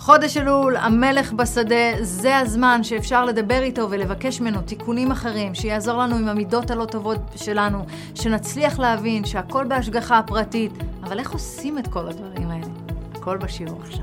חודש אלול, המלך בשדה, זה הזמן שאפשר לדבר איתו ולבקש ממנו תיקונים אחרים, שיעזור לנו עם המידות הלא טובות שלנו, שנצליח להבין שהכל בהשגחה הפרטית. אבל איך עושים את כל הדברים האלה? הכל בשיעור עכשיו.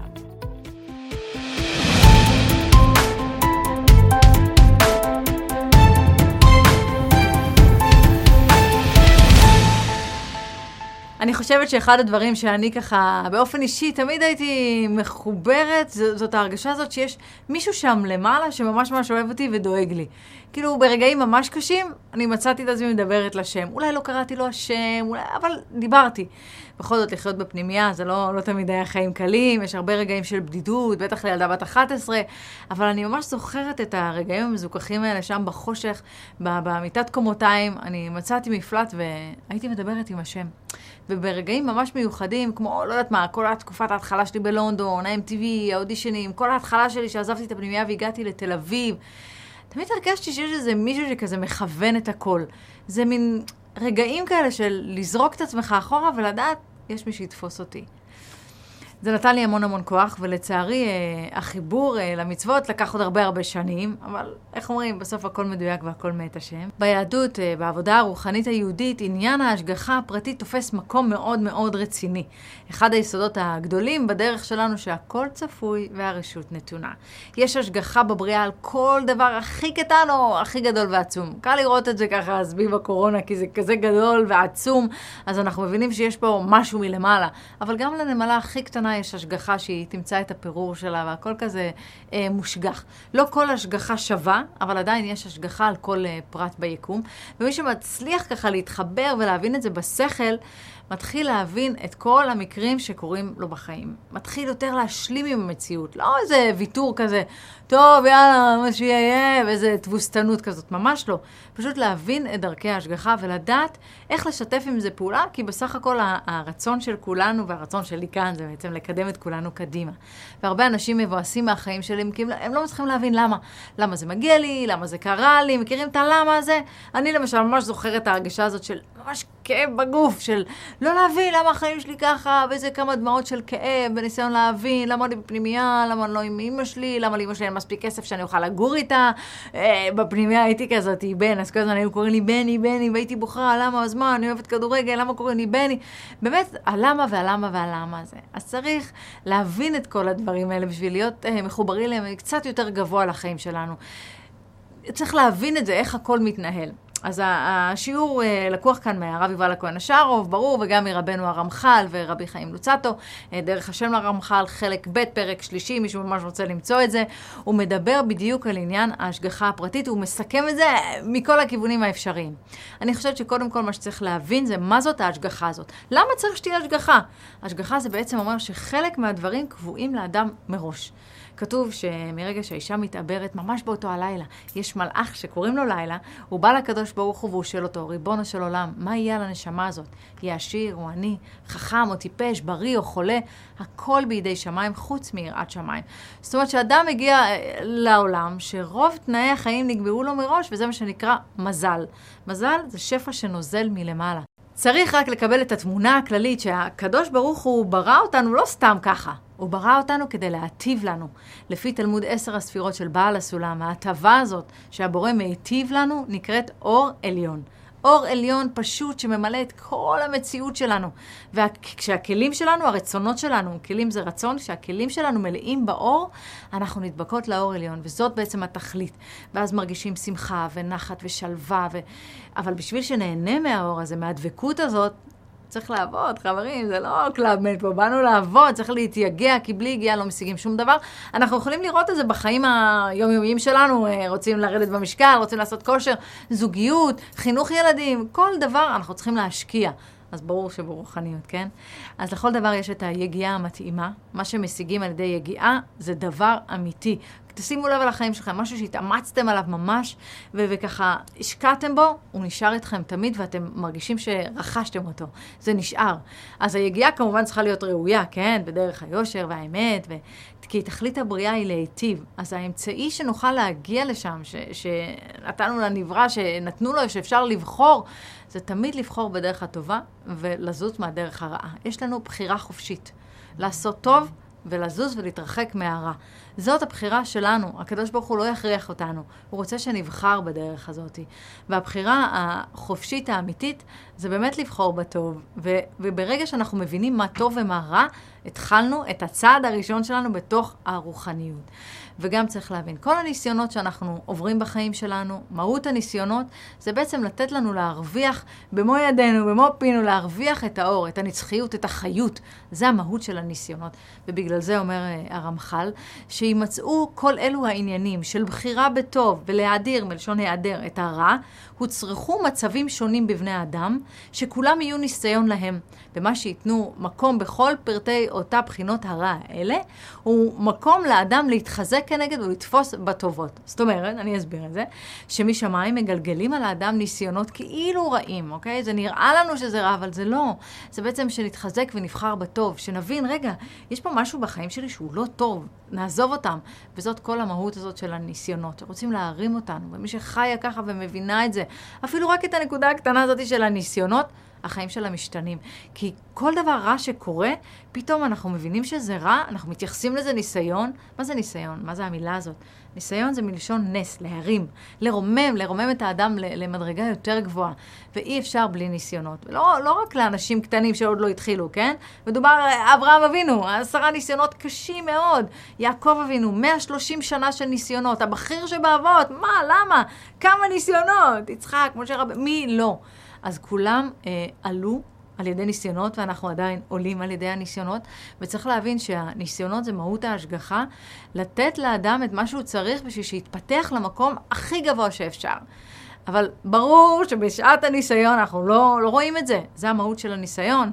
אני חושבת שאחד הדברים שאני ככה, באופן אישי, תמיד הייתי מחוברת, זאת ההרגשה הזאת שיש מישהו שם למעלה שממש ממש אוהב אותי ודואג לי. כאילו ברגעים ממש קשים, אני מצאתי את עצמי מדברת לשם. אולי לא קראתי לו השם, אבל דיברתי. בכל זאת לחיות בפנימיה, זה לא תמיד היה חיים קלים, יש הרבה רגעים של בדידות, בטח לילדה בת 11, אבל אני ממש זוכרת את הרגעים המזוכחים האלה שם בחושך, במיטת קומותיים, אני מצאתי מפלט והייתי מדברת עם השם. וברגעים ממש מיוחדים, כמו, לא יודעת מה, כל התקופת ההתחלה שלי בלונדון, ה-MTV, האודישנים, כל ההתחלה שלי שעזבתי את הפנימיה והגעתי לתל אביב, תמיד הרגשתי שיש איזה מישהו שכזה מכוון את הכל. זה מין רגעים כאלה של לזרוק את עצמך אחורה ולדעת, יש מי שיתפוס אותי. זה נתן לי המון כוח, ולצערי החיבור למצוות לקח עוד הרבה שנים, אבל איך אומרים, בסוף הכל מדויק והכל מאת השם. ביהדות, בעבודה הרוחנית היהודית, עניין ההשגחה הפרטית תופס מקום מאוד רציני. אחד היסודות הגדולים בדרך שלנו שהכל צפוי והרשות נתונה. יש השגחה בבריאה על כל דבר הכי קטן או הכי גדול ועצום. קל לראות את זה ככה סביב הקורונה, כי זה כזה גדול ועצום, אז אנחנו מבינים שיש פה משהו מלמעלה. אבל גם לנמלה הכי קטנה יש השגחה שהיא תמצא את הפירור שלה, והכל כזה מושגח. לא כל השגחה שווה, אבל עדיין יש השגחה על כל פרט ביקום. ומי שמצליח ככה להתחבר ולהבין את זה בשכל, מתחיל להבין את כל המקרים שקורים לו בחיים. מתחיל יותר להשלים עם המציאות. לא איזה ויתור כזה, טוב, יאללה, מה שיהיה, ואיזה תבוסתנות כזאת. ממש לא. פשוט להבין את דרכי ההשגחה ולדעת איך לשתף עם זה פעולה, כי בסך הכל הרצון של כולנו והרצון שלי כאן זה בעצם לקדם את כולנו קדימה. והרבה אנשים מבואסים מהחיים שלי, כי הם לא מצליחים להבין למה. למה זה מגיע לי, למה זה קרה לי, מכירים את הלמה הזה? אני למשל ממש זוכרת את ההרגשה הזאת של ממש כאב בגוף, של לא להבין למה החיים שלי ככה, וזה כמה דמעות של כאב, בניסיון להבין למה אני בפנימיה, למה לא עם אמא שלי, למה לאמא שלי אין מספיק כסף שאני אוכל לגור איתה. בפנימיה הייתי כזאת, בן, אז כל הזמן היו קוראים לי בני, והייתי בוחרה, למה, אז מה, אני אוהבת כדורגל, למה קוראים לי בני? באמת, הלמה והלמה הזה. אז צריך להבין את כל הדברים האלה בשביל להיות מחוברים להם קצת יותר גבוה לחיים שלנו. צריך להבין את זה, איך הכל מתנהל. אז השיעור לקוח כאן מהרב יובל הכהן השארוב, ברור, וגם מרבנו הרמח"ל ורבי חיים לוצאטו, דרך השם לרמח"ל, חלק ב' פרק שלישי, מי שממש רוצה למצוא את זה, הוא מדבר בדיוק על עניין ההשגחה הפרטית, הוא מסכם את זה מכל הכיוונים האפשריים. אני חושבת שקודם כל מה שצריך להבין זה מה זאת ההשגחה הזאת. למה צריך שתהיה השגחה? השגחה זה בעצם אומר שחלק מהדברים קבועים לאדם מראש. כתוב שמרגע שהאישה מתעברת, ממש באותו הלילה, יש מלאך שקוראים לו לילה, הוא בא לקדוש ברוך הוא והוא שואל אותו, ריבונו של עולם, מה יהיה על הנשמה הזאת? יהיה עשיר או עני, חכם או טיפש, בריא או חולה, הכל בידי שמיים חוץ מיראת שמיים. זאת אומרת שאדם מגיע לעולם שרוב תנאי החיים נקבעו לו מראש, וזה מה שנקרא מזל. מזל זה שפע שנוזל מלמעלה. צריך רק לקבל את התמונה הכללית שהקדוש ברוך הוא ברא אותנו לא סתם ככה. הוא ברא אותנו כדי להטיב לנו. לפי תלמוד 10 הספירות של בעל הסולם, ההטבה הזאת שהבורא מיטיב לנו נקראת אור עליון. אור עליון פשוט שממלא את כל המציאות שלנו. וכשהכלים שלנו, הרצונות שלנו, כלים זה רצון, כשהכלים שלנו מלאים באור, אנחנו נדבקות לאור עליון, וזאת בעצם התכלית. ואז מרגישים שמחה ונחת ושלווה, אבל בשביל שנהנה מהאור הזה, מהדבקות הזאת, צריך לעבוד, חברים, זה לא קלאב מת פה, באנו לעבוד, צריך להתייגע, כי בלי הגיעה לא משיגים שום דבר. אנחנו יכולים לראות את זה בחיים היומיומיים שלנו, רוצים לרדת במשקל, רוצים לעשות כושר, זוגיות, חינוך ילדים, כל דבר אנחנו צריכים להשקיע. אז ברור שברוחניות, כן? אז לכל דבר יש את היגיעה המתאימה. מה שמשיגים על ידי יגיעה זה דבר אמיתי. תשימו לב על החיים שלכם, משהו שהתאמצתם עליו ממש, וככה השקעתם בו, הוא נשאר איתכם תמיד, ואתם מרגישים שרכשתם אותו. זה נשאר. אז היגיעה כמובן צריכה להיות ראויה, כן? בדרך היושר והאמת, כי תכלית הבריאה היא להיטיב. אז האמצעי שנוכל להגיע לשם, שנתנו לנברא, שנתנו לו, שאפשר לבחור, זה תמיד לבחור בדרך הטובה, ולזוז מהדרך הרעה. יש לנו בחירה חופשית. לעשות טוב, ולזוז ולהתרחק מהרע. זאת הבחירה שלנו. הקדוש ברוך הוא לא יכריח אותנו. הוא רוצה שנבחר בדרך הזאת. והבחירה החופשית האמיתית זה באמת לבחור בטוב. וברגע שאנחנו מבינים מה טוב ומה רע, התחלנו את הצעד הראשון שלנו בתוך הרוחניות. וגם צריך להבין, כל הניסיונות שאנחנו עוברים בחיים שלנו, מהות הניסיונות, זה בעצם לתת לנו להרוויח במו ידינו, במו פינו, להרוויח את האור, את הנצחיות, את החיות. זה המהות של הניסיונות. ובגלל זה אומר הרמח"ל, שימצאו כל אלו העניינים של בחירה בטוב ולהאדיר, מלשון להאדר, את הרע, הוצרכו מצבים שונים בבני האדם, שכולם יהיו ניסיון להם. ומה שיתנו מקום בכל פרטי אותה בחינות הרע האלה, הוא מקום לאדם להתחזק כנגד ולתפוס בטובות. זאת אומרת, אני אסביר את זה, שמשמיים מגלגלים על האדם ניסיונות כאילו רעים, אוקיי? זה נראה לנו שזה רע, אבל זה לא. זה בעצם שנתחזק ונבחר בטוב, שנבין, רגע, יש פה משהו בחיים שלי שהוא לא טוב, נעזוב אותם. וזאת כל המהות הזאת של הניסיונות, שרוצים להרים אותנו, ומי שחיה ככה ומבינה את זה, אפילו רק את הנקודה הקטנה הזאת של הניסיונות, החיים שלה משתנים. כי כל דבר רע שקורה, פתאום אנחנו מבינים שזה רע, אנחנו מתייחסים לזה ניסיון. מה זה ניסיון? מה זה המילה הזאת? ניסיון זה מלשון נס, להרים, לרומם את האדם למדרגה יותר גבוהה. ואי אפשר בלי ניסיונות. לא רק לאנשים קטנים שעוד לא התחילו, כן? מדובר אברהם אבינו, 10 ניסיונות קשים מאוד. יעקב אבינו, 130 שנה של ניסיונות. הבכיר שבאבות, מה, למה? כמה ניסיונות? יצחק, משה רבי, מי לא? אז כולם עלו על ידי ניסיונות, ואנחנו עדיין עולים על ידי הניסיונות, וצריך להבין שהניסיונות זה מהות ההשגחה, לתת לאדם את מה שהוא צריך בשביל שיתפתח למקום הכי גבוה שאפשר. אבל ברור שבשעת הניסיון אנחנו לא רואים את זה. זה המהות של הניסיון.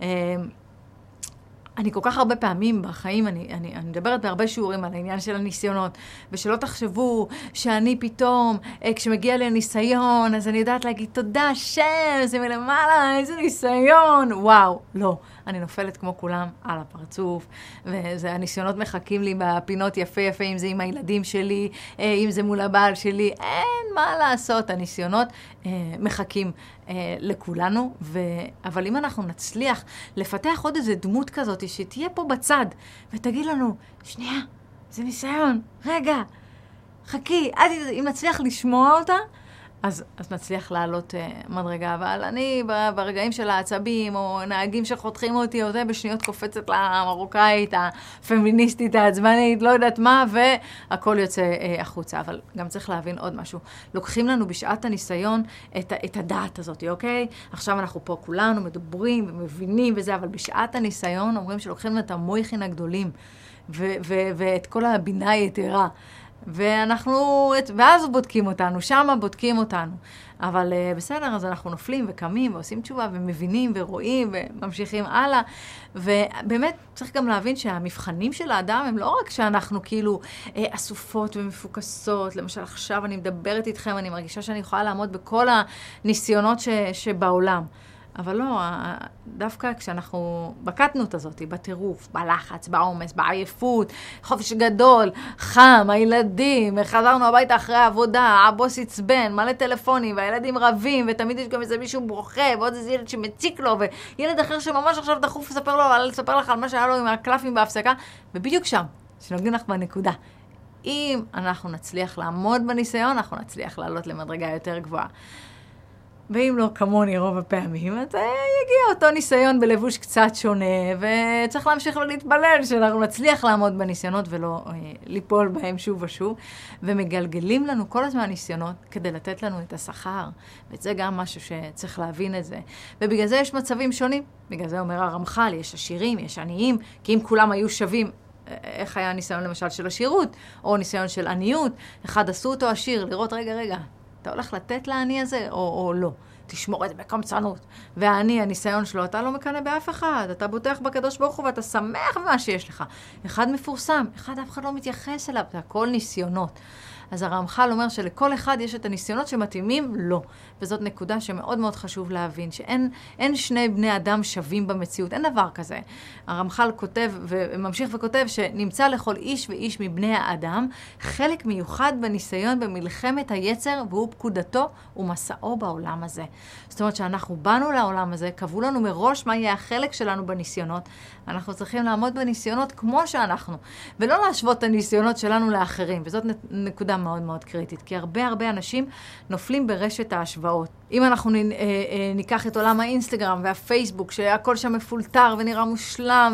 אני כל כך הרבה פעמים בחיים, אני מדברת בהרבה שיעורים על העניין של הניסיונות, ושלא תחשבו שאני פתאום, כשמגיע לי הניסיון, אז אני יודעת להגיד, תודה שם, זה מלמעלה, איזה ניסיון, וואו, לא. אני נופלת כמו כולם על הפרצוף, והניסיונות מחכים לי בפינות יפה, אם זה עם הילדים שלי, אם זה מול הבעל שלי, אין מה לעשות, הניסיונות מחכים לכולנו, אבל אם אנחנו נצליח לפתח עוד איזה דמות כזאת, שתהיה פה בצד, ותגיד לנו, שנייה, זה ניסיון, רגע, חכי, אם נצליח לשמוע אותה, אז נצליח לעלות מדרגה, אבל אני ברגעים של העצבים, או נהגים שחותכים אותי, או זה בשניות קופצת למרוקאית, הפמיניסטית, העצבנית, לא יודעת מה, והכל יוצא החוצה. אבל גם צריך להבין עוד משהו. לוקחים לנו בשעת הניסיון את הדעת הזאת, אוקיי? עכשיו אנחנו פה כולנו מדברים ומבינים וזה, אבל בשעת הניסיון אומרים שלוקחים לנו את המויכין הגדולים, ואת כל הבינה היתרה. ואז בודקים אותנו, שמה בודקים אותנו. אבל בסדר, אז אנחנו נופלים וקמים ועושים תשובה ומבינים ורואים וממשיכים הלאה. ובאמת צריך גם להבין שהמבחנים של האדם הם לא רק שאנחנו כאילו אסופות ומפוקסות. למשל עכשיו אני מדברת איתכם, אני מרגישה שאני יכולה לעמוד בכל הניסיונות שבעולם. אבל לא, דווקא כשאנחנו בקטנות הזאת, בטירוף, בלחץ, בעומס, בעייפות, חופש גדול, חם, הילדים, חזרנו הביתה אחרי העבודה, הבוס עצבן, מלא טלפונים, והילדים רבים, ותמיד יש גם איזה מישהו בוכה, ועוד איזה ילד שמציק לו, וילד אחר שממש עכשיו דחוף לספר לך על מה שהיה לו עם הקלפים בהפסקה, ובדיוק שם, שנוגעים לך בנקודה. אם אנחנו נצליח לעמוד בניסיון, אנחנו נצליח לעלות למדרגה יותר גבוהה. ואם לא כמוני רוב הפעמים, אז יגיע אותו ניסיון בלבוש קצת שונה, וצריך להמשיך ולהתפלל שאנחנו נצליח לעמוד בניסיונות ולא ליפול בהם שוב ושוב, ומגלגלים לנו כל הזמן ניסיונות כדי לתת לנו את השכר, וזה גם משהו שצריך להבין את זה. ובגלל זה יש מצבים שונים, בגלל זה אומר הרמח"ל, יש עשירים, יש עניים, כי אם כולם היו שווים, איך היה הניסיון למשל של עשירות, או ניסיון של עניות, אחד עשו אותו עשיר, לראות רגע, אתה הולך לתת לעני הזה או לא. תשמור את זה בקמצנות. והעני, הניסיון שלו, אתה לא מקנא באף אחד. אתה בוטח בקדוש ברוך הוא ואתה שמח במה שיש לך. אחד מפורסם, אף אחד לא מתייחס אליו. זה הכל ניסיונות. אז הרמח"ל אומר שלכל אחד יש את הניסיונות שמתאימים לו. וזאת נקודה שמאוד מאוד חשוב להבין, שאין שני בני אדם שווים במציאות, אין דבר כזה. הרמח"ל כותב וממשיך וכותב שנמצא לכל איש ואיש מבני האדם חלק מיוחד בניסיון במלחמת היצר, והוא פקודתו ומסעו בעולם הזה. זאת אומרת שאנחנו באנו לעולם הזה, קבעו לנו מראש מה יהיה החלק שלנו בניסיונות. אנחנו צריכים לעמוד בניסיונות כמו שאנחנו, ולא להשוות את הניסיונות שלנו לאחרים. וזאת נקודה מאוד מאוד קריטית, כי הרבה אנשים נופלים ברשת ההשוואות. אם אנחנו ניקח את עולם האינסטגרם והפייסבוק, שהכל שם מפולטר ונראה מושלם,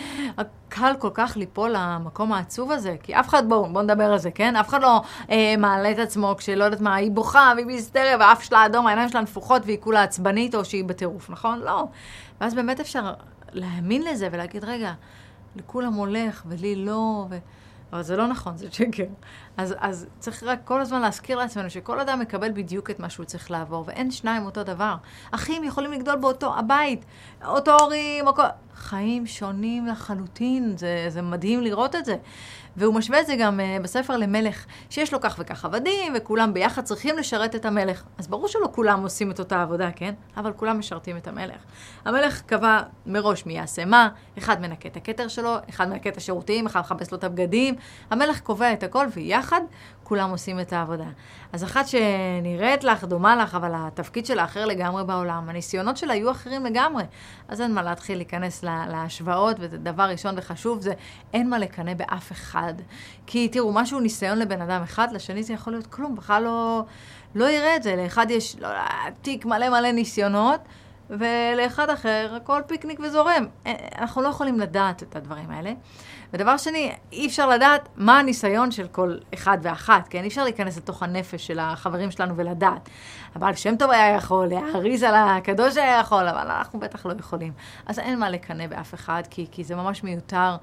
קל כל כך ליפול למקום העצוב הזה, כי אף אחד, בואו נדבר על זה, כן? אף אחד לא מעלה את עצמו כשלא יודעת מה, היא בוכה והיא בהיסטריה, והאף שלה אדום, העיניים שלה נפוחות והיא כולה עצבנית או שהיא בטירוף, נכון? לא. ואז באמת אפשר להאמין לזה ולהגיד, רגע, לכולם הולך ולי לא, אבל זה לא נכון, זה שקר. אז צריך רק כל הזמן להזכיר לעצמנו שכל אדם מקבל בדיוק את מה שהוא צריך לעבור, ואין שניים אותו דבר. אחים יכולים לגדול באותו הבית, אותו הורים, חיים שונים לחלוטין, זה מדהים לראות את זה. והוא משווה את זה גם בספר למלך, שיש לו כך וכך עבדים, וכולם ביחד צריכים לשרת את המלך. אז ברור שלא כולם עושים את אותה עבודה, כן? אבל כולם משרתים את המלך. המלך קבע מראש מי יעשה מה, אחד מנקה את הכתר שלו, אחד מנקה את השירותים, אחד מחפש לו את הבגדים. המלך קובע את הכל, ויחד כולם עושים את העבודה. אז אחת שנראית לך, דומה לך, אבל התפקיד שלה אחר לגמרי בעולם. הניסיונות שלה יהיו אחרים לגמרי. אז אין מה להתחיל להיכנס להשוואות, ודבר ראשון וחשוב זה, אין מה לקנא באף אחד. כי תראו, משהו ניסיון לבן אדם אחד, לשני זה יכול להיות כלום, בכלל לא יראה את זה. לאחד יש תיק מלא ניסיונות, ולאחד אחר הכל פיקניק וזורם. אנחנו לא יכולים לדעת את הדברים האלה. ודבר שני, אי אפשר לדעת מה הניסיון של כל אחד ואחת, כן? אי אפשר להיכנס לתוך הנפש של החברים שלנו ולדעת. אבל שם טוב היה יכול, להריז על הקדוש היה יכול, אבל אנחנו בטח לא יכולים. אז אין מה לקנא באף אחד, כי זה ממש מיותר,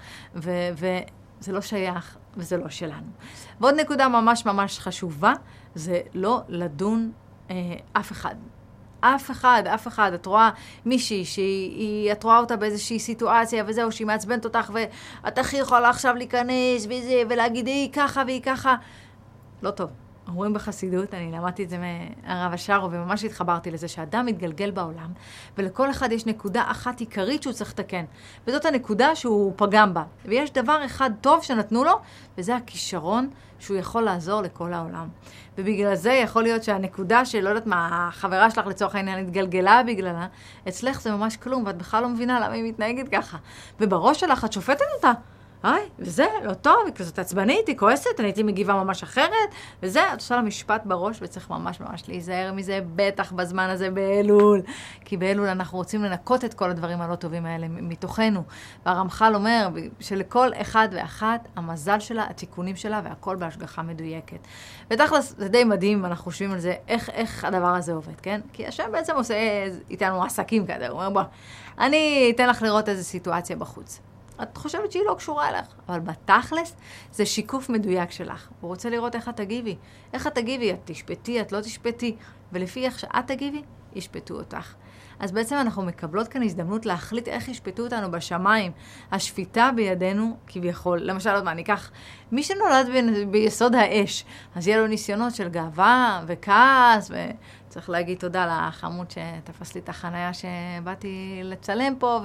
וזה לא שייך, וזה לא שלנו. ועוד נקודה ממש חשובה, זה לא לדון אף אחד. אף אחד. את רואה מישהי את רואה אותה באיזושהי סיטואציה וזהו, שהיא מעצבנת אותך ואת הכי יכולה עכשיו להיכנס וזה, ולהגיד היא ככה והיא ככה. לא טוב. אומרים בחסידות, אני למדתי את זה מהרב השארו וממש התחברתי לזה שאדם מתגלגל בעולם ולכל אחד יש נקודה אחת עיקרית שהוא צריך לתקן. וזאת הנקודה שהוא פגם בה. ויש דבר אחד טוב שנתנו לו וזה הכישרון שהוא יכול לעזור לכל העולם. ובגלל זה יכול להיות שהנקודה שלא יודעת מה, החברה שלך לצורך העניין התגלגלה בגללה, אצלך זה ממש כלום, ואת בכלל לא מבינה למה היא מתנהגת ככה. ובראש שלך את שופטת אותה. וזה לא טוב, היא כזאת עצבנית, היא כועסת, אני הייתי מגיבה ממש אחרת, וזה, את עושה לה משפט בראש, וצריך ממש להיזהר מזה, בטח בזמן הזה באלול, כי באלול אנחנו רוצים לנקות את כל הדברים הלא טובים האלה מתוכנו, והרמח"ל אומר שלכל אחד ואחת, המזל שלה, התיקונים שלה, והכל בהשגחה מדויקת. ותכלס, זה די מדהים, אנחנו חושבים על זה, איך הדבר הזה עובד, כן? כי השם בעצם עושה איתנו עסקים כזה, הוא אומר, בוא, אני אתן לך לראות איזו סיטואציה בחוץ. את חושבת שהיא לא קשורה אליך, אבל בתכלס זה שיקוף מדויק שלך. הוא רוצה לראות איך את תגיבי. איך את תגיבי? את תשפטי, את לא תשפטי, ולפי איך שאת תגיבי, ישפטו אותך. אז בעצם אנחנו מקבלות כאן הזדמנות להחליט איך ישפטו אותנו בשמיים. השפיטה בידינו כביכול. למשל, עוד מה, ניקח מי שנולד ביסוד האש, אז יהיה לו ניסיונות של גאווה וכעס, וצריך להגיד תודה לחמוד שתפס לי את החנייה שבאתי לצלם פה,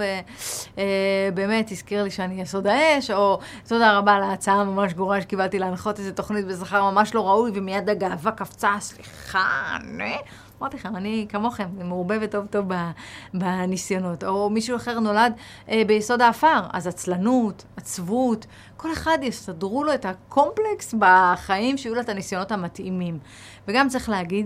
ובאמת הזכיר לי שאני יסוד האש, או תודה רבה על ההצעה ממש גרועה שקיבלתי להנחות איזו תוכנית בשכר ממש לא ראוי, ומיד הגאווה קפצה, סליחה, אמרתי לכם, אני כמוכם, מעורבבת טוב בניסיונות. או מישהו אחר נולד ביסוד האפר, אז עצלנות, עצבות, כל אחד יסדרו לו את הקומפלקס בחיים שיהיו לו את הניסיונות המתאימים. וגם צריך להגיד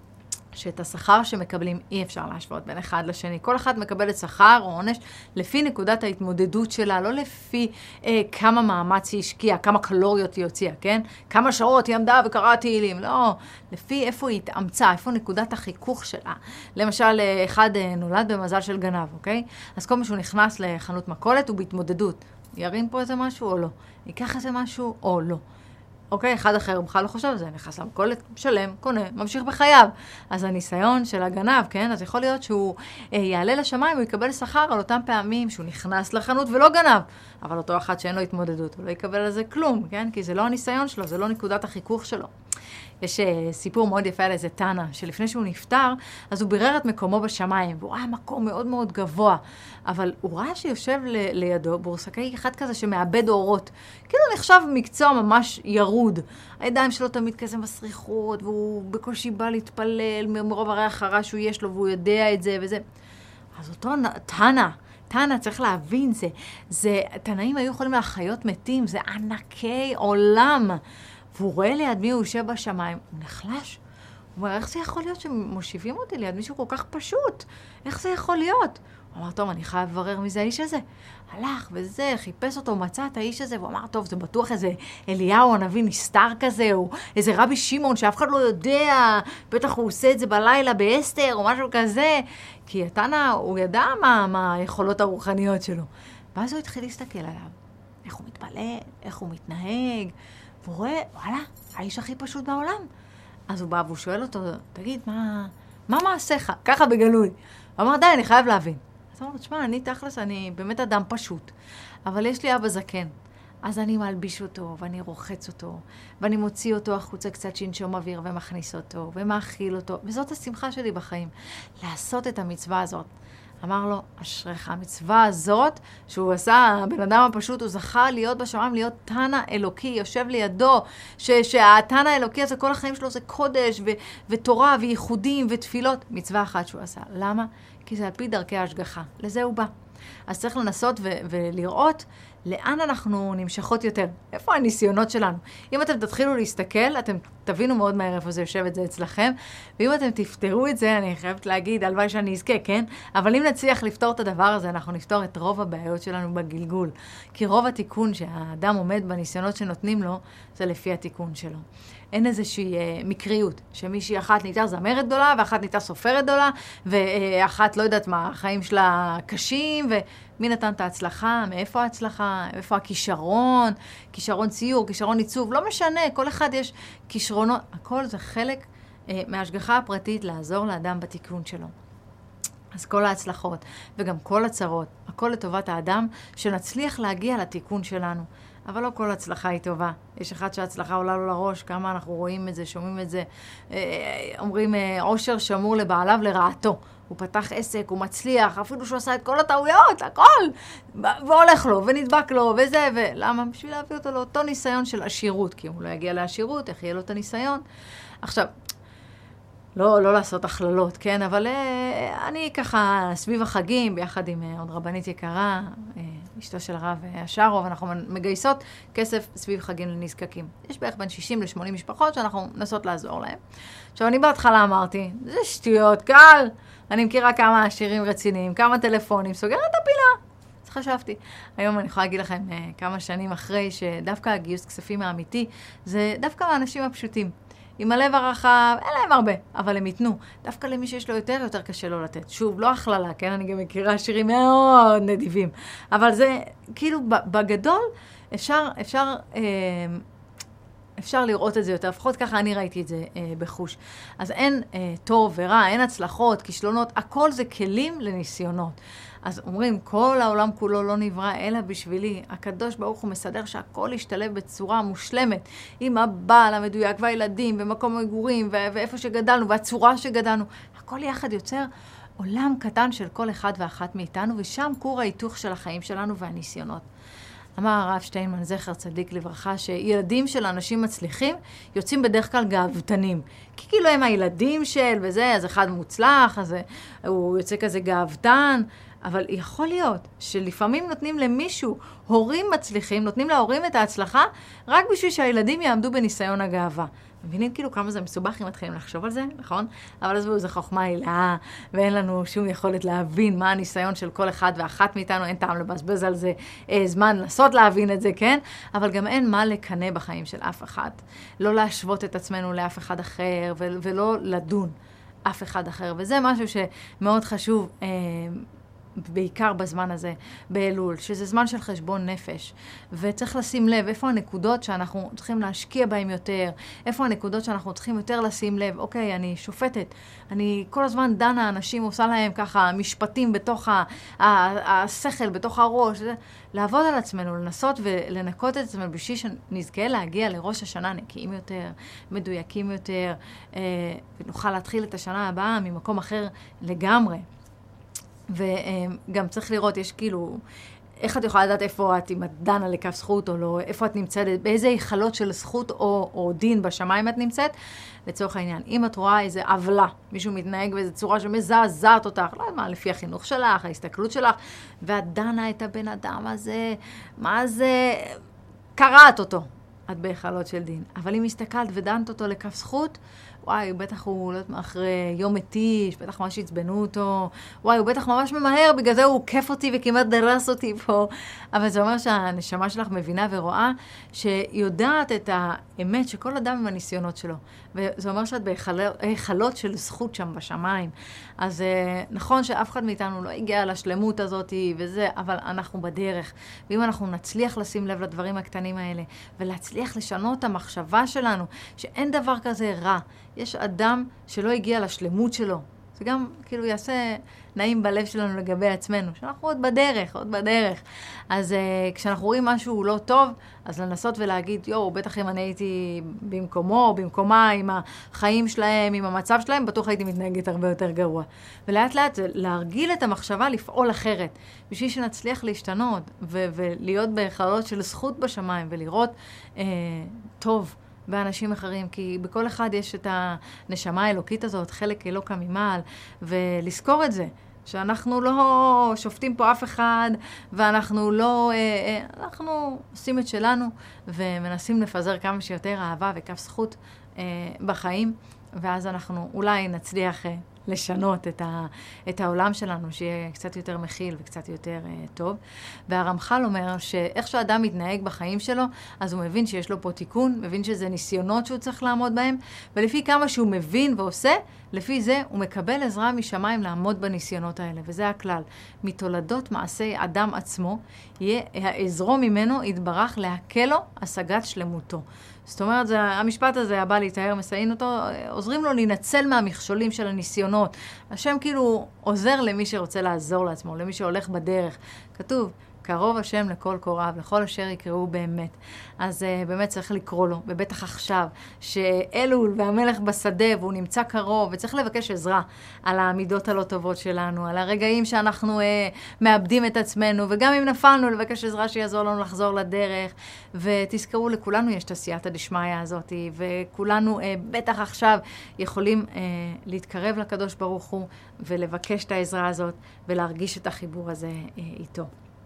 שאת השכר שמקבלים אי אפשר להשוות בין אחד לשני. כל אחד מקבל את שכר או עונש לפי נקודת ההתמודדות שלה, לא לפי כמה מאמץ היא השקיעה, כמה קלוריות היא הוציאה, כן? כמה שעות היא עמדה וקראה תהילים, לא. לפי איפה היא התאמצה, איפה נקודת החיכוך שלה. למשל, אחד נולד במזל של גנב, אוקיי? אז כל מי שהוא נכנס לחנות מכולת הוא בהתמודדות. ירים פה איזה משהו או לא? ייקח איזה משהו או לא? אוקיי, אחד אחר הוא בכלל לא חושב על זה, נכנס למכולת, משלם, קונה, ממשיך בחייו. אז הניסיון של הגנב, כן? אז יכול להיות שהוא יעלה לשמיים, הוא יקבל שכר על אותם פעמים שהוא נכנס לחנות ולא גנב. אבל אותו אחד שאין לו התמודדות, הוא לא יקבל על זה כלום, כן? כי זה לא הניסיון שלו, זה לא נקודת החיכוך שלו. יש סיפור מאוד יפה על איזה תנא, שלפני שהוא נפטר, אז הוא בירר את מקומו בשמיים, והוא ראה מקום מאוד מאוד גבוה, אבל הוא ראה שיושב לידו בורסקאי אחד כזה שמאבד אורות, כאילו נחשב מקצוע ממש ירוד. הידיים שלו תמיד כזה מסריחות, והוא בקושי בא להתפלל מרוב הריח הרע שהוא יש לו, והוא יודע את זה וזה. אז אותו תנא, צריך להבין, תנאים היו יכולים להחיות מתים, זה ענקי עולם. והוא רואה ליד מי הוא יושב בשמיים, הוא נחלש. הוא אומר, איך זה יכול להיות שמושיבים אותי ליד מישהו כל כך פשוט? איך זה יכול להיות? הוא אמר, טוב, אני חייב לברר מי זה האיש הזה. הלך וזה, חיפש אותו, מצא את האיש הזה, והוא אמר, טוב, זה בטוח איזה אליהו הנביא נסתר כזה, או איזה רבי שמעון שאף אחד לא יודע, בטח הוא עושה את זה בלילה באסתר, או משהו כזה. כי התנא, הוא ידע מה היכולות הרוחניות שלו. ואז הוא התחיל להסתכל עליו. איך הוא מתפלל, איך הוא מתנהג. והוא רואה, וואלה, האיש הכי פשוט בעולם. אז הוא בא והוא שואל אותו, תגיד, מה מעשיך? ככה בגלוי. הוא אמר, די, אני חייב להבין. אז הוא אומר, תשמע, אני תכלס, אני באמת אדם פשוט. אבל יש לי אבא זקן. אז אני מלביש אותו, ואני רוחץ אותו, ואני מוציא אותו החוצה קצת שינשום אוויר, ומכניס אותו, ומאכיל אותו. וזאת השמחה שלי בחיים. לעשות את המצווה הזאת. אמר לו, אשריך, המצווה הזאת שהוא עשה, הבן אדם הפשוט, הוא זכה להיות בשמיים, להיות תנא אלוקי, יושב לידו, שהתנא האלוקי הזה, כל החיים שלו זה קודש ותורה וייחודים ותפילות. מצווה אחת שהוא עשה. למה? כי זה על פי דרכי ההשגחה. לזה הוא בא. אז צריך לנסות ולראות לאן אנחנו נמשכות יותר. איפה הניסיונות שלנו? אם אתם תתחילו להסתכל, אתם תבינו מאוד מהר איפה זה יושב את זה אצלכם, ואם אתם תפתרו את זה, אני חייבת להגיד, הלוואי שאני אזכה, כן? אבל אם נצליח לפתור את הדבר הזה, אנחנו נפתור את רוב הבעיות שלנו בגלגול. כי רוב התיקון שהאדם עומד בניסיונות שנותנים לו, זה לפי התיקון שלו. אין איזושהי מקריות, שמישהי אחת נהייתה זמרת גדולה, ואחת נהייתה סופרת גדולה, ואחת לא יודעת מה, החיים שלה קשים, ומי נתן את ההצלחה, מאיפה ההצלחה, איפה הכישרון, כישרון ציור, כישרון עיצוב, לא משנה, כל אחד יש כישרונות, הכל זה חלק מההשגחה הפרטית לעזור לאדם בתיקון שלו. אז כל ההצלחות וגם כל הצרות, הכל לטובת האדם, שנצליח להגיע לתיקון שלנו. אבל לא כל הצלחה היא טובה. יש אחד שההצלחה עולה לו לראש, כמה אנחנו רואים את זה, שומעים את זה. אומרים, עושר שמור לבעליו לרעתו. הוא פתח עסק, הוא מצליח, אפילו שהוא עשה את כל הטעויות, הכל. והולך לו, ונדבק לו, וזה, ולמה? בשביל להביא אותו לאותו ניסיון של עשירות. כי אם הוא לא יגיע לעשירות, איך יהיה לו את הניסיון? עכשיו, לא לעשות הכללות, כן? אבל אני ככה סביב החגים, ביחד עם עוד רבנית יקרה, אשתו של הרב השארוב, אנחנו מגייסות כסף סביב חגים לנזקקים. יש בערך בין 60 ל-80 משפחות שאנחנו נסות לעזור להם. עכשיו, אני בהתחלה אמרתי, זה שטויות, קל. אני מכירה כמה שירים רציניים, כמה טלפונים, סוגרת את הפינה. אז חשבתי. היום אני יכולה להגיד לכם כמה שנים אחרי שדווקא הגיוס כספים האמיתי, זה דווקא האנשים הפשוטים. עם הלב הרחב, אין להם הרבה, אבל הם ייתנו. דווקא למי שיש לו יותר קשה לו לתת. שוב, לא הכללה, כן? אני גם מכירה שירים מאוד נדיבים. אבל זה, כאילו, בגדול, אפשר לראות את זה יותר. לפחות ככה אני ראיתי את זה בחוש. אז אין טוב ורע, אין הצלחות, כישלונות, הכל זה כלים לניסיונות. אז אומרים, כל העולם כולו לא נברא, אלא בשבילי. הקדוש ברוך הוא מסדר שהכל ישתלב בצורה מושלמת, עם הבעל המדויק והילדים, ומקום המגורים, ואיפה שגדלנו, והצורה שגדלנו. הכל יחד יוצר עולם קטן של כל אחד ואחת מאיתנו, ושם כור ההיתוך של החיים שלנו והניסיונות. אמר הרב שטיינמן, זכר צדיק לברכה, שילדים של אנשים מצליחים יוצאים בדרך כלל גאוותנים. כי כאילו הם הילדים של וזה, אז אחד מוצלח, אז הוא יוצא כזה גאוותן. אבל יכול להיות שלפעמים נותנים למישהו, הורים מצליחים, נותנים להורים את ההצלחה, רק בשביל שהילדים יעמדו בניסיון הגאווה. מבינים כאילו כמה זה מסובך אם מתחילים לחשוב על זה, נכון? אבל אז זו חוכמה הילאה, ואין לנו שום יכולת להבין מה הניסיון של כל אחד ואחת מאיתנו, אין טעם לבזבז על זה זמן לנסות להבין את זה, כן? אבל גם אין מה לקנא בחיים של אף אחד. לא להשוות את עצמנו לאף אחד אחר, ולא לדון אף אחד אחר. וזה משהו שמאוד חשוב בעיקר בזמן הזה, באלול, שזה זמן של חשבון נפש, וצריך לשים לב איפה הנקודות שאנחנו צריכים להשקיע בהן יותר, איפה הנקודות שאנחנו צריכים יותר לשים לב. אוקיי, אני שופטת, אני כל הזמן דנה אנשים, עושה להם ככה משפטים בתוך השכל, בתוך הראש, לעבוד על עצמנו, לנסות ולנקות את עצמנו בשביל שנזכה להגיע לראש השנה נקיים יותר, מדויקים יותר, ונוכל להתחיל את השנה הבאה ממקום אחר לגמרי. וגם צריך לראות, יש כאילו, איך את יכולה לדעת איפה את, אם את דנה לכף זכות או לא, איפה את נמצאת, באיזה היכלות של זכות או דין בשמיים את נמצאת, לצורך העניין. אם את רואה איזה עוולה, מישהו מתנהג באיזו צורה שמזעזעת אותך, לא יודע מה, לפי החינוך שלך, ההסתכלות שלך, ואת דנה את הבן אדם הזה, מה זה, קראת אותו. את בהיכלות של דין. אבל אם הסתכלת ודנת אותו לכף זכות, וואי, בטח הוא, לא יודעת מה, אחרי יום מתיש, בטח ממש הצבנו אותו, וואי, הוא בטח ממש ממהר, בגלל זה הוא כיף אותי וכמעט דרס אותי פה. אבל זה אומר שהנשמה שלך מבינה ורואה, שיודעת את האמת שכל אדם עם הניסיונות שלו. וזה אומר שאת בהיכלות של זכות שם בשמיים. אז נכון שאף אחד מאיתנו לא הגיע לשלמות הזאת וזה, אבל אנחנו בדרך. ואם אנחנו נצליח לשים לב לדברים הקטנים האלה, ולהצליח לשנות את המחשבה שלנו, שאין דבר כזה רע. יש אדם שלא הגיע לשלמות שלו. זה גם כאילו יעשה נעים בלב שלנו לגבי עצמנו, שאנחנו עוד בדרך. אז כשאנחנו רואים משהו לא טוב, אז לנסות ולהגיד, בטח אם אני הייתי במקומו, במקומה, עם החיים שלהם, עם המצב שלהם, בטוח הייתי מתנהגת הרבה יותר גרוע. ולאט לאט להרגיל את המחשבה לפעול אחרת, בשביל שנצליח להשתנות, ולהיות בהיכלות של זכות בשמיים, ולראות טוב באנשים אחרים, כי בכל אחד יש את הנשמה האלוקית הזאת, חלק אלוקה ממעל, ולזכור את זה, שאנחנו לא שופטים פה אף אחד, ואנחנו לא, אנחנו עושים את שלנו, ומנסים לפזר כמה שיותר אהבה וכף זכות בחיים, ואז אנחנו אולי נצליח לשנות את העולם שלנו, שיהיה קצת יותר מכיל וקצת יותר טוב. והרמח"ל אומר שאיך שאדם מתנהג בחיים שלו, אז הוא מבין שיש לו פה תיקון, מבין שזה ניסיונות שהוא צריך לעמוד בהם, ולפי כמה שהוא מבין ועושה, לפי זה הוא מקבל עזרה משמיים לעמוד בניסיונות האלה, וזה הכלל. מתולדות מעשי אדם עצמו, יהיה העזרו ממנו יתברך להקל לו השגת שלמותו. זאת אומרת, המשפט הזה, הבא להתאר, מסעין אותו, עוזרים לו להינצל מהמכשולים של הניסיונות. השם כאילו עוזר למי שרוצה לעזור לעצמו, למי שהולך בדרך. כתוב, קרוב השם לכל קוראיו, לכל אשר יקראו באמת. אז באמת צריך לקרוא לו, ובטח עכשיו, שאלול והמלך בשדה, והוא נמצא קרוב, וצריך לבקש עזרה על העמידות הלא טובות שלנו, על הרגעים שאנחנו מאבדים את עצמנו, וגם אם נפלנו, לבקש עזרה שיעזור לנו לחזור לדרך, ותזכרו, לכולנו יש את הסייעתא דשמיא הזאת, וכולנו בטח עכשיו יכולים להתקרב לקדוש ברוך הוא, ולבקש את העזרה הזאת, ולהרגיש את החיבור הזה איתו.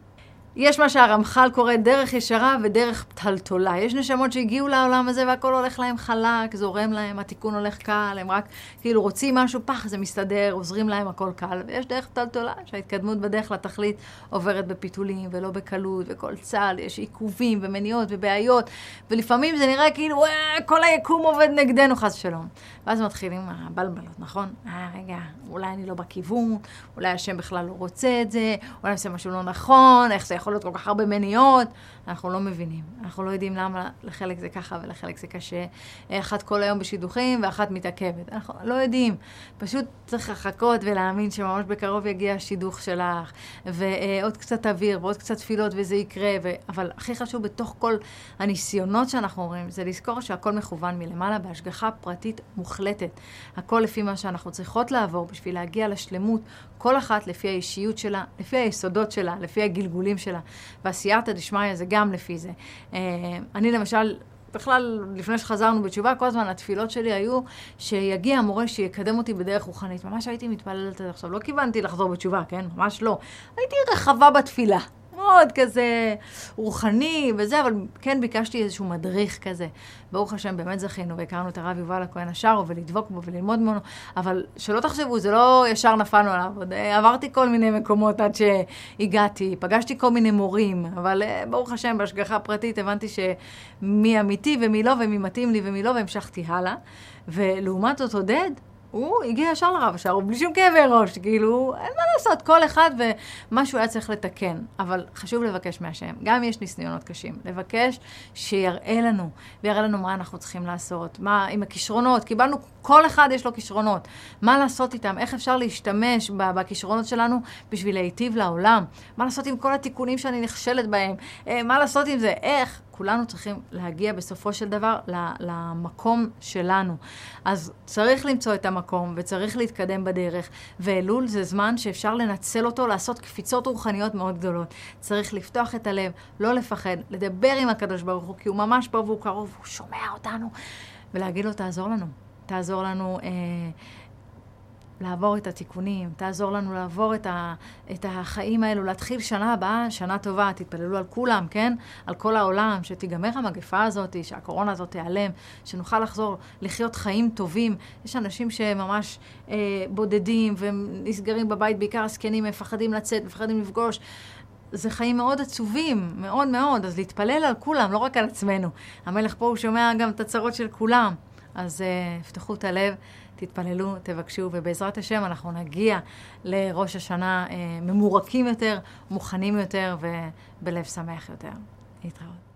יש מה שהרמח"ל קורא דרך ישרה ודרך פתלתולה. יש נשמות שהגיעו לעולם הזה והכל הולך להם חלק, זורם להם, התיקון הולך קל, הם רק כאילו רוצים משהו, זה מסתדר, עוזרים להם, הכל קל. ויש דרך פתלתולה, שההתקדמות בדרך לתכלית עוברת בפיתולים ולא בקלות, וכל צעד יש עיכובים ומניעות ובעיות, ולפעמים זה נראה כאילו כל היקום עובד נגדנו חס שלום. ואז מתחילים הבלבלות, נכון? רגע, אולי אני לא בכיוון, אולי השם בכלל לא רוצה את זה, אולי אני עושה משהו לא נכון, איך זה יכול להיות כל כך הרבה מניעות, אנחנו לא מבינים. אנחנו לא יודעים למה לחלק זה ככה ולחלק זה קשה. אחת כל היום בשידוכים ואחת מתעכבת. אנחנו לא יודעים. פשוט צריך לחכות ולהאמין שממש בקרוב יגיע השידוך שלך, ועוד קצת אוויר ועוד קצת תפילות וזה יקרה. אבל הכי חשוב בתוך כל הניסיונות שאנחנו רואים, זה לזכור שהכל מכוון מלמעלה בהשגחה פרטית מוחלטת. הכל לפי מה שאנחנו צריכות לעבור בשביל להגיע לשלמות, כל אחת לפי האישיות שלה, לפי היסודות שלה, לפי הגלגולים שלה. והסייעתא דשמיא זה גם לפי זה. אני למשל, בכלל, לפני שחזרנו בתשובה, כל הזמן התפילות שלי היו שיגיע המורה שיקדם אותי בדרך רוחנית. ממש הייתי מתפללת עד עכשיו. לא כיוונתי לחזור בתשובה, כן? ממש לא. הייתי רחבה בתפילה. מאוד כזה רוחני וזה, אבל כן ביקשתי איזשהו מדריך כזה. ברוך השם, באמת זכינו, והכרנו את הרב יובל הכהן השארו, ולדבוק בו וללמוד ממנו, אבל שלא תחשבו, זה לא ישר נפלנו עליו, עוד עברתי כל מיני מקומות עד שהגעתי, פגשתי כל מיני מורים, אבל ברוך השם, בהשגחה פרטית הבנתי שמי אמיתי ומי לא, ומי מתאים לי ומי לא, והמשכתי הלאה. ולעומת זאת עודד, הוא הגיע ישר לרב השער, הוא בלי שום כאבי ראש, כאילו, אין מה לעשות, כל אחד ומשהו היה צריך לתקן. אבל חשוב לבקש מהשם, גם אם יש ניסיונות קשים, לבקש שיראה לנו, ויראה לנו מה אנחנו צריכים לעשות, מה עם הכישרונות, קיבלנו, כל אחד יש לו כישרונות, מה לעשות איתם, איך אפשר להשתמש בכישרונות שלנו בשביל להיטיב לעולם, מה לעשות עם כל התיקונים שאני נכשלת בהם, מה לעשות עם זה, איך, כולנו צריכים להגיע בסופו של דבר למקום שלנו. אז צריך למצוא את המקום וצריך להתקדם בדרך, ואלול זה זמן שאפשר לנצל אותו, לעשות קפיצות רוחניות מאוד גדולות. צריך לפתוח את הלב, לא לפחד, לדבר עם הקדוש ברוך הוא, כי הוא ממש פה והוא קרוב, הוא שומע אותנו, ולהגיד לו, תעזור לנו. תעזור לנו לעבור את התיקונים, תעזור לנו לעבור את החיים האלו, להתחיל שנה הבאה, שנה טובה, תתפללו על כולם, כן? על כל העולם, שתיגמר המגפה הזאת, שהקורונה הזאת תיעלם, שנוכל לחזור לחיות חיים טובים. יש אנשים שממש בודדים ונסגרים בבית, בעיקר הזקנים, מפחדים לצאת, מפחדים לפגוש. זה חיים מאוד עצובים, מאוד מאוד, אז להתפלל על כולם, לא רק על עצמנו. המלך פה הוא שומע גם את הצרות של כולם. אז פתחו את הלב, תתפללו, תבקשו, ובעזרת השם אנחנו נגיע לראש השנה ממורקים יותר, מוכנים יותר ובלב שמח יותר. להתראות.